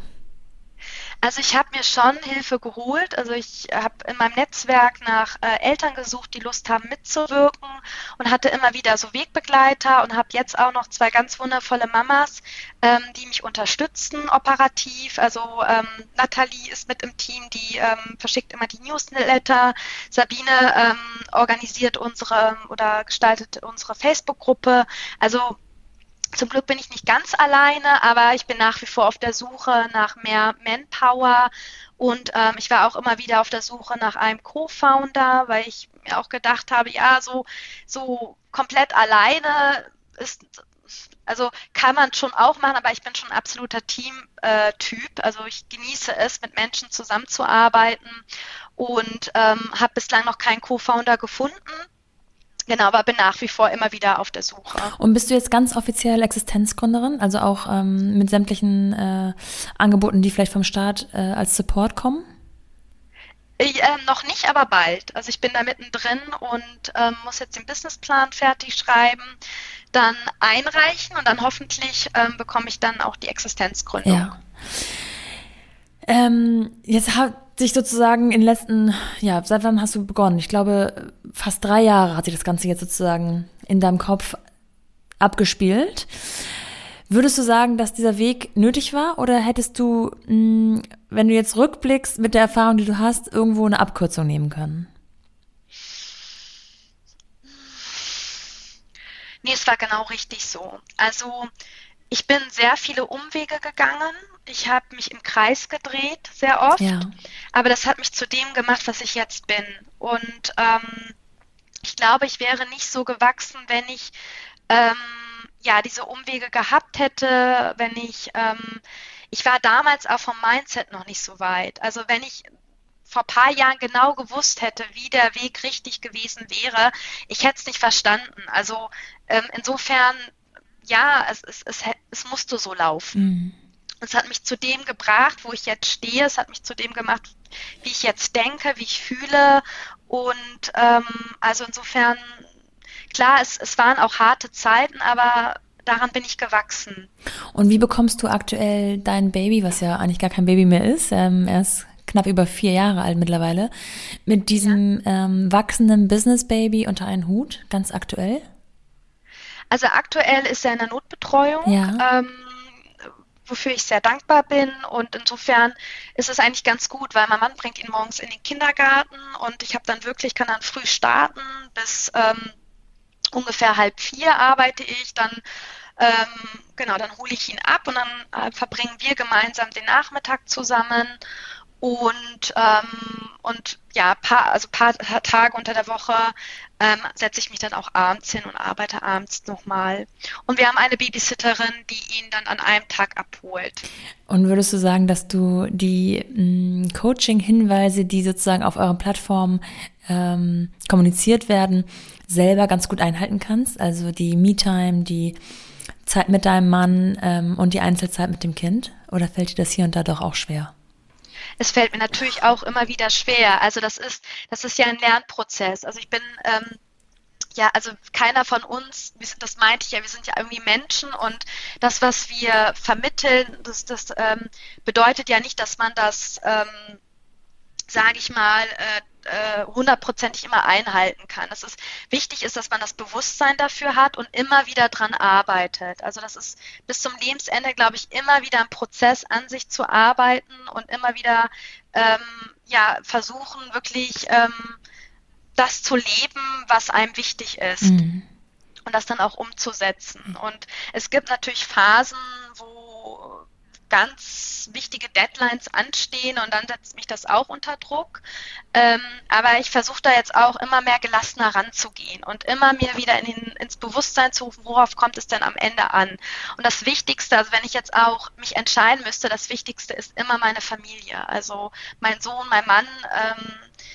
[SPEAKER 2] Also ich habe mir schon Hilfe geholt. Also ich habe in meinem Netzwerk nach äh, Eltern gesucht, die Lust haben mitzuwirken und hatte immer wieder so Wegbegleiter und habe jetzt auch noch zwei ganz wundervolle Mamas, ähm, die mich unterstützen operativ. Also ähm, Nathalie ist mit im Team, die ähm, verschickt immer die Newsletter. Sabine ähm, organisiert unsere oder gestaltet unsere Facebook-Gruppe. Also zum Glück bin ich nicht ganz alleine, aber ich bin nach wie vor auf der Suche nach mehr Manpower und ähm, ich war auch immer wieder auf der Suche nach einem Co-Founder, weil ich mir auch gedacht habe, ja, so, so komplett alleine ist, also kann man schon auch machen, aber ich bin schon ein absoluter Team-Typ. Also ich genieße es, mit Menschen zusammenzuarbeiten und ähm, habe bislang noch keinen Co-Founder gefunden. Genau, aber bin nach wie vor immer wieder auf der Suche.
[SPEAKER 1] Und bist du jetzt ganz offiziell Existenzgründerin, also auch ähm, mit sämtlichen äh, Angeboten, die vielleicht vom Staat äh, als Support kommen?
[SPEAKER 2] Ich, äh, noch nicht, aber bald. Also ich bin da mittendrin und ähm, muss jetzt den Businessplan fertig schreiben, dann einreichen und dann hoffentlich ähm, bekomme ich dann auch die Existenzgründung.
[SPEAKER 1] Ja. Ähm, jetzt hat sich sozusagen in den letzten, ja, seit wann hast du begonnen? Ich glaube, fast drei Jahre hat sich das Ganze jetzt sozusagen in deinem Kopf abgespielt. Würdest du sagen, dass dieser Weg nötig war oder hättest du, mh, wenn du jetzt rückblickst mit der Erfahrung, die du hast, irgendwo eine Abkürzung nehmen können?
[SPEAKER 2] Nee, es war genau richtig so. Also ich bin sehr viele Umwege gegangen. Ich habe mich im Kreis gedreht, sehr
[SPEAKER 1] Ja.
[SPEAKER 2] oft. Aber das hat mich zu dem gemacht, was ich jetzt bin. Und ähm, ich glaube, ich wäre nicht so gewachsen, wenn ich ähm, ja diese Umwege gehabt hätte, wenn ich ähm, ich war damals auch vom Mindset noch nicht so weit. Also wenn ich vor ein paar Jahren genau gewusst hätte, wie der Weg richtig gewesen wäre, ich hätte es nicht verstanden. Also ähm, insofern, ja, es, es, es, es musste so laufen.
[SPEAKER 1] Mhm.
[SPEAKER 2] Es hat mich zu dem gebracht, wo ich jetzt stehe. Es hat mich zu dem gemacht, wie ich jetzt denke, wie ich fühle. Und ähm, also insofern, klar, es, es waren auch harte Zeiten, aber daran bin ich gewachsen.
[SPEAKER 1] Und wie bekommst du aktuell dein Baby, was ja eigentlich gar kein Baby mehr ist, ähm, er ist knapp über vier Jahre alt mittlerweile, mit diesem ja. ähm, wachsenden Business-Baby unter einen Hut, ganz aktuell?
[SPEAKER 2] Also aktuell ist er in der Notbetreuung.
[SPEAKER 1] Ja.
[SPEAKER 2] Ähm, wofür ich sehr dankbar bin und insofern ist es eigentlich ganz gut, weil mein Mann bringt ihn morgens in den Kindergarten und ich habe dann wirklich, kann dann früh starten, bis ähm, ungefähr halb vier arbeite ich, dann ähm, genau, dann hole ich ihn ab und dann äh, verbringen wir gemeinsam den Nachmittag zusammen und ähm, und ja, paar, also paar Tage unter der Woche ähm, setze ich mich dann auch abends hin und arbeite abends nochmal. Und wir haben eine Babysitterin, die ihn dann an einem Tag abholt.
[SPEAKER 1] Und würdest du sagen, dass du die mh, Coaching-Hinweise, die sozusagen auf eurer Plattform ähm, kommuniziert werden, selber ganz gut einhalten kannst? Also die Me-Time, die Zeit mit deinem Mann ähm, und die Einzelzeit mit dem Kind? Oder fällt dir das hier und da doch auch schwer?
[SPEAKER 2] Es fällt mir natürlich auch immer wieder schwer. Also das ist, das ist ja ein Lernprozess. Also ich bin, ähm, ja, also keiner von uns, das meinte ich ja, wir sind ja irgendwie Menschen und das, was wir vermitteln, das, das ähm, bedeutet ja nicht, dass man das, ähm, sage ich mal, äh, hundertprozentig immer einhalten kann. Das ist wichtig ist, dass man das Bewusstsein dafür hat und immer wieder dran arbeitet. Also das ist bis zum Lebensende, glaube ich, immer wieder ein Prozess an sich zu arbeiten und immer wieder ähm, ja versuchen wirklich ähm, das zu leben, was einem wichtig ist.
[SPEAKER 1] Mhm.
[SPEAKER 2] Und das dann auch umzusetzen. Und es gibt natürlich Phasen, wo ganz wichtige Deadlines anstehen und dann setzt mich das auch unter Druck. Ähm, aber ich versuche da jetzt auch immer mehr gelassener ranzugehen und immer mehr wieder in den, ins Bewusstsein zu rufen, worauf kommt es denn am Ende an. Und das Wichtigste, also wenn ich jetzt auch mich entscheiden müsste, das Wichtigste ist immer meine Familie. Also mein Sohn, mein Mann, ähm,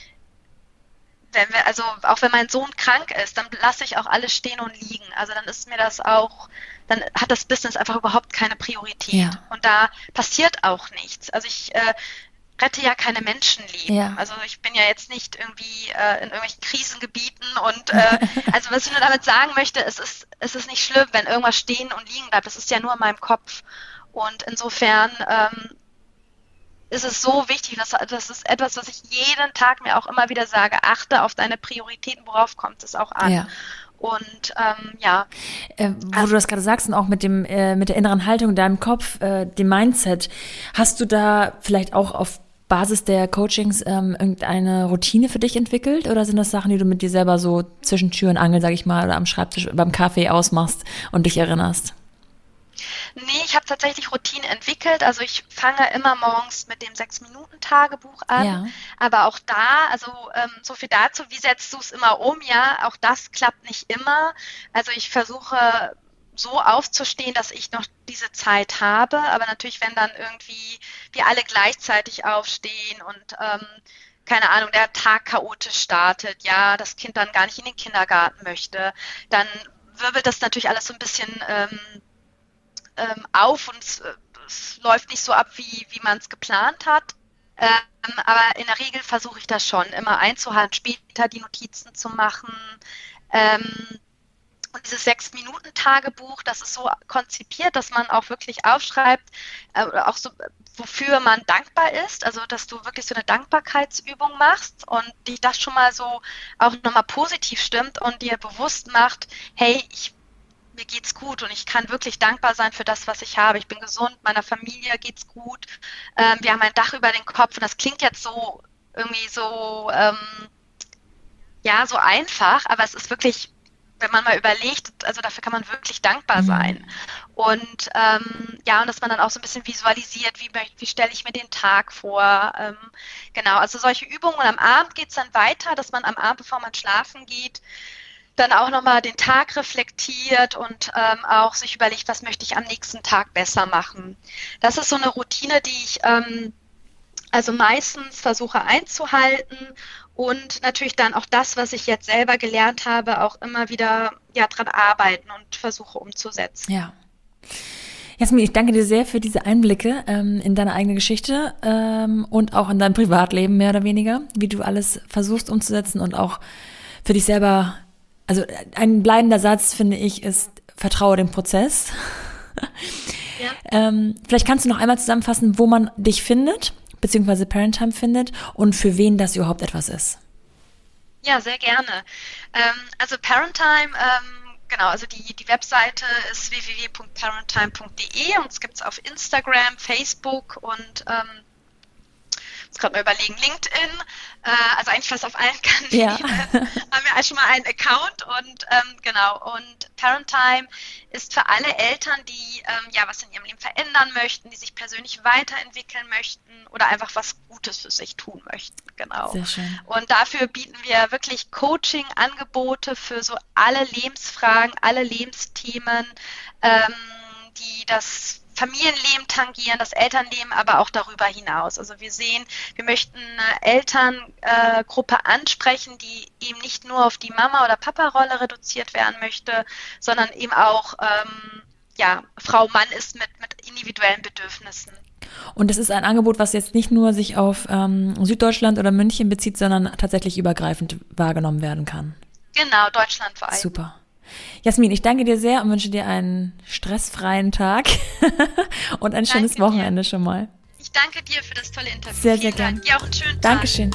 [SPEAKER 2] wenn wir, also auch wenn mein Sohn krank ist, dann lasse ich auch alles stehen und liegen. Also dann ist mir das auch, dann hat das Business einfach überhaupt keine Priorität.
[SPEAKER 1] Ja.
[SPEAKER 2] Und da passiert auch nichts. Also ich äh, rette ja keine Menschenleben.
[SPEAKER 1] Ja.
[SPEAKER 2] Also ich bin ja jetzt nicht irgendwie äh, in irgendwelchen Krisengebieten und äh, also was ich nur damit sagen möchte, es ist, es ist nicht schlimm, wenn irgendwas stehen und liegen bleibt. Das ist ja nur in meinem Kopf. Und insofern ähm, ist es so wichtig, dass, das ist etwas, was ich jeden Tag mir auch immer wieder sage, achte auf deine Prioritäten, worauf kommt es auch an.
[SPEAKER 1] Ja.
[SPEAKER 2] Und ähm, ja.
[SPEAKER 1] Äh, wo also, du das gerade sagst und auch mit dem äh, mit der inneren Haltung in deinem Kopf, äh, dem Mindset, hast du da vielleicht auch auf Basis der Coachings ähm, irgendeine Routine für dich entwickelt oder sind das Sachen, die du mit dir selber so zwischen Tür und Angel, sag ich mal, oder am Schreibtisch beim Kaffee ausmachst und dich erinnerst?
[SPEAKER 2] Nee, ich habe tatsächlich Routinen entwickelt. Also ich fange immer morgens mit dem sechs-Minuten-Tagebuch an. Ja. Aber auch da, also ähm, so viel dazu, wie setzt du es immer um? Ja, auch das klappt nicht immer. Also ich versuche so aufzustehen, dass ich noch diese Zeit habe. Aber natürlich, wenn dann irgendwie wir alle gleichzeitig aufstehen und ähm, keine Ahnung, der Tag chaotisch startet, ja, das Kind dann gar nicht in den Kindergarten möchte, dann wirbelt das natürlich alles so ein bisschen ähm, auf und es, es läuft nicht so ab, wie, wie man es geplant hat. Ähm, aber in der Regel versuche ich das schon, immer einzuhalten, später die Notizen zu machen. Ähm, und dieses Sechs-Minuten-Tagebuch, das ist so konzipiert, dass man auch wirklich aufschreibt, äh, auch so, wofür man dankbar ist. Also, dass du wirklich so eine Dankbarkeitsübung machst und dich das schon mal so auch nochmal positiv stimmt und dir bewusst macht, hey, ich mir geht's gut und ich kann wirklich dankbar sein für das, was ich habe. Ich bin gesund, meiner Familie geht's gut. Ähm, wir haben ein Dach über den Kopf und das klingt jetzt so irgendwie so, ähm, ja, so einfach, aber es ist wirklich, wenn man mal überlegt, also dafür kann man wirklich dankbar sein. Mhm. Und ähm, ja, und dass man dann auch so ein bisschen visualisiert, wie, wie stelle ich mir den Tag vor. Ähm, genau, also solche Übungen und am Abend geht's dann weiter, dass man am Abend, bevor man schlafen geht, dann auch nochmal den Tag reflektiert und ähm, auch sich überlegt, was möchte ich am nächsten Tag besser machen. Das ist so eine Routine, die ich ähm, also meistens versuche einzuhalten und natürlich dann auch das, was ich jetzt selber gelernt habe, auch immer wieder ja, dran arbeiten und versuche umzusetzen.
[SPEAKER 1] Ja. Jasmin, ich danke dir sehr für diese Einblicke ähm, in deine eigene Geschichte ähm, und auch in dein Privatleben mehr oder weniger, wie du alles versuchst umzusetzen und auch für dich selber. Also ein bleibender Satz, finde ich, ist, vertraue dem Prozess. Ja. ähm, vielleicht kannst du noch einmal zusammenfassen, wo man dich findet, beziehungsweise Parenttime findet und für wen das überhaupt etwas ist.
[SPEAKER 2] Ja, sehr gerne. Ähm, also Parenttime, ähm, genau, also die, die Webseite ist w w w punkt parenttime punkt d e und es gibt es auf Instagram, Facebook und ähm, ich muss gerade mal überlegen, LinkedIn, äh, also eigentlich fast auf allen Kanälen ja. haben wir schon mal einen Account und ähm, genau, und Parenttime ist für alle Eltern, die ähm, ja was in ihrem Leben verändern möchten, die sich persönlich weiterentwickeln möchten oder einfach was Gutes für sich tun möchten, genau.
[SPEAKER 1] Sehr schön.
[SPEAKER 2] Und dafür bieten wir wirklich Coaching-Angebote für so alle Lebensfragen, alle Lebensthemen, ähm, die das Familienleben tangieren, das Elternleben, aber auch darüber hinaus. Also wir sehen, wir möchten eine Elterngruppe äh, ansprechen, die eben nicht nur auf die Mama- oder Papa-Rolle reduziert werden möchte, sondern eben auch ähm, ja, Frau, Mann ist mit, mit individuellen Bedürfnissen.
[SPEAKER 1] Und das ist ein Angebot, was jetzt nicht nur sich auf ähm, Süddeutschland oder München bezieht, sondern tatsächlich übergreifend wahrgenommen werden kann.
[SPEAKER 2] Genau, deutschlandweit.
[SPEAKER 1] Super. Jasmin, ich danke dir sehr und wünsche dir einen stressfreien Tag und ein schönes danke Wochenende dir. Schon mal.
[SPEAKER 2] Ich danke dir für das tolle Interview.
[SPEAKER 1] Sehr, sehr gerne.
[SPEAKER 2] Dir auch einen schönen Tag.
[SPEAKER 1] Dankeschön.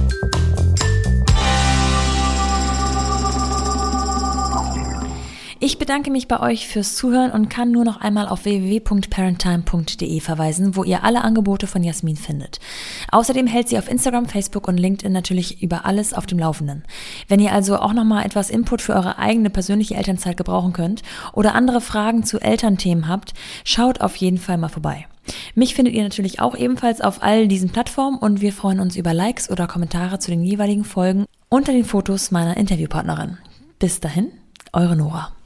[SPEAKER 1] Ich Ich bedanke mich bei euch fürs Zuhören und kann nur noch einmal auf w w w punkt parenttime punkt d e verweisen, wo ihr alle Angebote von Jasmin findet. Außerdem hält sie auf Instagram, Facebook und LinkedIn natürlich über alles auf dem Laufenden. Wenn ihr also auch nochmal etwas Input für eure eigene persönliche Elternzeit gebrauchen könnt oder andere Fragen zu Elternthemen habt, schaut auf jeden Fall mal vorbei. Mich findet ihr natürlich auch ebenfalls auf all diesen Plattformen und wir freuen uns über Likes oder Kommentare zu den jeweiligen Folgen unter den Fotos meiner Interviewpartnerin. Bis dahin, eure Nora.